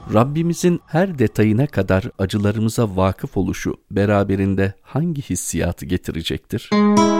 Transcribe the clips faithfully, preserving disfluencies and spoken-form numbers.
Rabbimizin her detayına kadar acılarımıza vakıf oluşu beraberinde hangi hissiyatı getirecektir?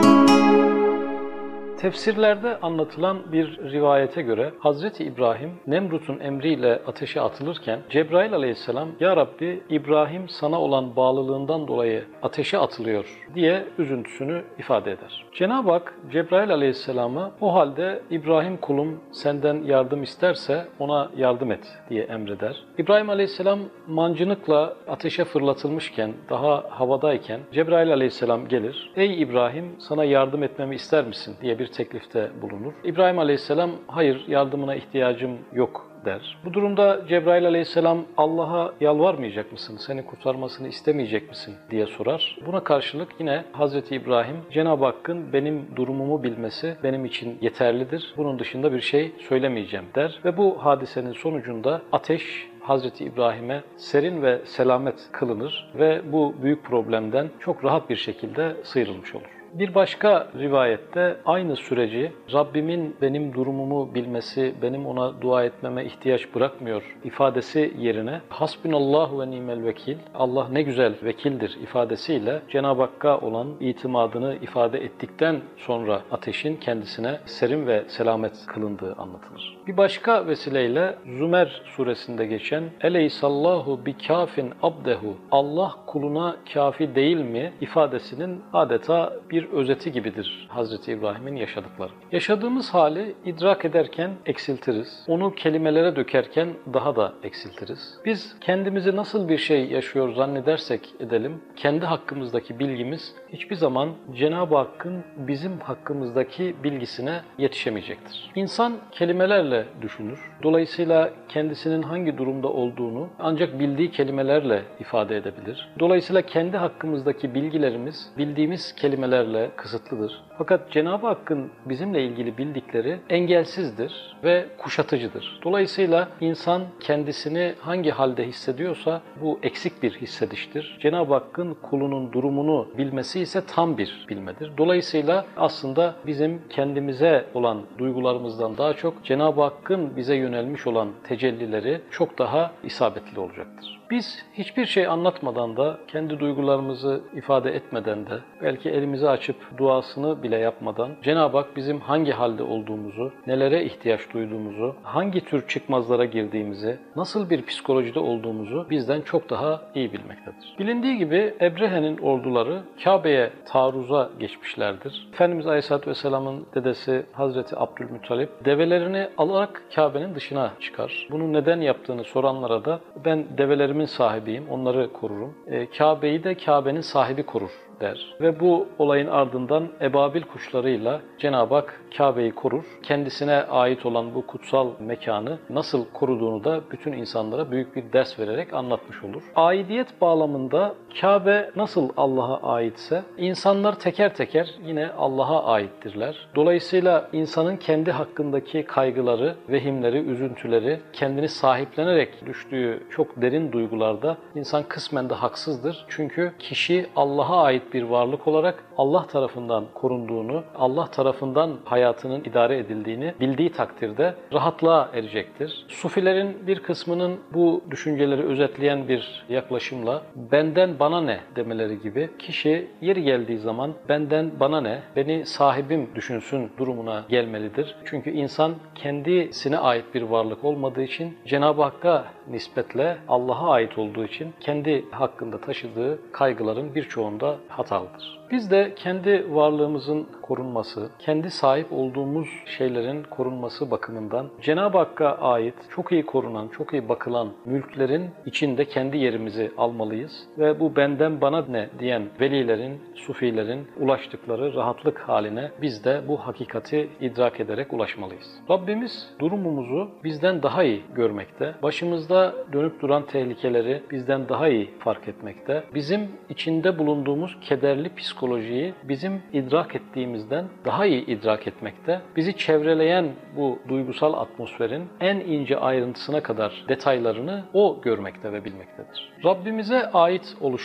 Tefsirlerde anlatılan bir rivayete göre Hazreti İbrahim Nemrut'un emriyle ateşe atılırken Cebrail aleyhisselam "Ya Rabbi, İbrahim sana olan bağlılığından dolayı ateşe atılıyor" diye üzüntüsünü ifade eder. Cenab-ı Hak Cebrail aleyhisselama "O halde İbrahim kulum senden yardım isterse ona yardım et" diye emreder. İbrahim aleyhisselam mancınıkla ateşe fırlatılmışken, daha havadayken Cebrail aleyhisselam gelir. "Ey İbrahim, sana yardım etmemi ister misin?" diye bir teklifte bulunur. İbrahim aleyhisselam "Hayır, yardımına ihtiyacım yok" der. Bu durumda Cebrail aleyhisselam "Allah'a yalvarmayacak mısın? Seni kurtarmasını istemeyecek misin?" diye sorar. Buna karşılık yine Hazreti İbrahim "Cenab-ı Hakk'ın benim durumumu bilmesi benim için yeterlidir. Bunun dışında bir şey söylemeyeceğim" der ve bu hadisenin sonucunda ateş Hazreti İbrahim'e serin ve selamet kılınır ve bu büyük problemden çok rahat bir şekilde sıyrılmış olur. Bir başka rivayette aynı süreci Rabbimin benim durumumu bilmesi, benim ona dua etmeme ihtiyaç bırakmıyor ifadesi yerine hasbunallahu ve nimel vekil, Allah ne güzel vekildir ifadesiyle Cenab-ı Hakk'a olan itimadını ifade ettikten sonra ateşin kendisine serin ve selamet kılındığı anlatılır. Bir başka vesileyle Zümer suresinde geçen "Eleysallahu bi kafin abdehu", Allah kuluna kafi değil mi ifadesinin adeta bir özeti gibidir Hazreti İbrahim'in yaşadıkları. Yaşadığımız hali idrak ederken eksiltiriz. Onu kelimelere dökerken daha da eksiltiriz. Biz kendimizi nasıl bir şey yaşıyor zannedersek edelim, kendi hakkımızdaki bilgimiz hiçbir zaman Cenab-ı Hakk'ın bizim hakkımızdaki bilgisine yetişemeyecektir. İnsan kelimelerle düşünür. Dolayısıyla kendisinin hangi durumda olduğunu ancak bildiği kelimelerle ifade edebilir. Dolayısıyla kendi hakkımızdaki bilgilerimiz bildiğimiz kelimelerle kısıtlıdır. Fakat Cenab-ı Hakk'ın bizimle ilgili bildikleri engelsizdir ve kuşatıcıdır. Dolayısıyla insan kendisini hangi halde hissediyorsa bu eksik bir hissediştir. Cenab-ı Hakk'ın kulunun durumunu bilmesi ise tam bir bilmedir. Dolayısıyla aslında bizim kendimize olan duygularımızdan daha çok Cenab-ı Hakk'ın bize yönelmiş olan tecellileri çok daha isabetli olacaktır. Biz hiçbir şey anlatmadan da, kendi duygularımızı ifade etmeden de, belki elimizi açıp duasını bile yapmadan Cenab-ı Hak bizim hangi halde olduğumuzu, nelere ihtiyaç duyduğumuzu, hangi tür çıkmazlara girdiğimizi, nasıl bir psikolojide olduğumuzu bizden çok daha iyi bilmektedir. Bilindiği gibi Ebrehe'nin orduları Kabe'ye taarruza geçmişlerdir. Efendimiz Aleyhisselatü Vesselam'ın dedesi Hazreti Abdülmuttalip develerini alarak Kabe'nin dışına çıkar. Bunu neden yaptığını soranlara da ben develerimin sahibiyim, onları korurum. E, Kabe'yi de Kabe'nin sahibi korur der. Ve bu olayın ardından ebabil kuşlarıyla Cenab-ı Hak Kabe'yi korur. Kendisine ait olan bu kutsal mekanı nasıl koruduğunu da bütün insanlara büyük bir ders vererek anlatmış olur. Aidiyet bağlamında Kabe nasıl Allah'a aitse insanlar teker teker yine Allah'a aittirler. Dolayısıyla insanın kendi hakkındaki kaygıları, vehimleri, üzüntüleri, kendini sahiplenerek düştüğü çok derin duygularda insan kısmen de haksızdır. Çünkü kişi Allah'a ait bir varlık olarak Allah tarafından korunduğunu, Allah tarafından hayatının idare edildiğini bildiği takdirde rahatlığa erecektir. Sufilerin bir kısmının bu düşünceleri özetleyen bir yaklaşımla benden bana ne demeleri gibi kişi yeri geldiği zaman benden bana ne, beni sahibim düşünsün durumuna gelmelidir. Çünkü insan kendisine ait bir varlık olmadığı için Cenab-ı Hakk'a nispetle Allah'a ait olduğu için kendi hakkında taşıdığı kaygıların birçoğunda hatalıdır. Biz de kendi varlığımızın korunması, kendi sahip olduğumuz şeylerin korunması bakımından Cenab-ı Hakk'a ait çok iyi korunan, çok iyi bakılan mülklerin içinde kendi yerimizi almalıyız ve bu benden bana ne diyen velilerin, sufilerin ulaştıkları rahatlık haline biz de bu hakikati idrak ederek ulaşmalıyız. Rabbimiz durumumuzu bizden daha iyi görmekte, başımızda dönüp duran tehlikeleri bizden daha iyi fark etmekte, bizim içinde bulunduğumuz kederli psikolojiyi bizim idrak ettiğimizden daha iyi idrak etmekte, bizi çevreleyen bu duygusal atmosferin en ince ayrıntısına kadar detaylarını o görmekte ve bilmektedir. Rabbimize ait oluşumuz,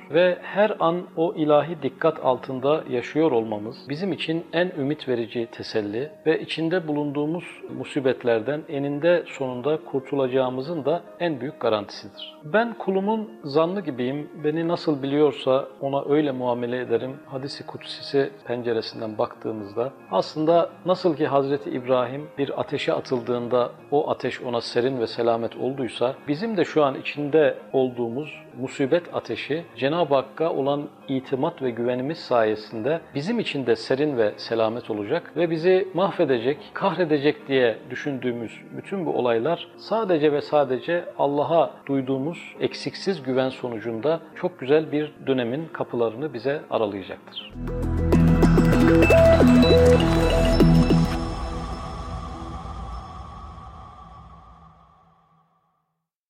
ve her an o ilahi dikkat altında yaşıyor olmamız bizim için en ümit verici teselli ve içinde bulunduğumuz musibetlerden eninde sonunda kurtulacağımızın da en büyük garantisidir. Ben kulumun zannı gibiyim, beni nasıl biliyorsa ona öyle muamele ederim. Hadis-i kutsisi penceresinden baktığımızda aslında nasıl ki Hazreti İbrahim bir ateşe atıldığında o ateş ona serin ve selamet olduysa bizim de şu an içinde olduğumuz musibet ateşi Cenab-ı Hakk'a olan itimat ve güvenimiz sayesinde bizim için de serin ve selamet olacak ve bizi mahvedecek, kahredecek diye düşündüğümüz bütün bu olaylar sadece ve sadece Allah'a duyduğumuz eksiksiz güven sonucunda çok güzel bir dönemin kapılarını bize aralayacaktır.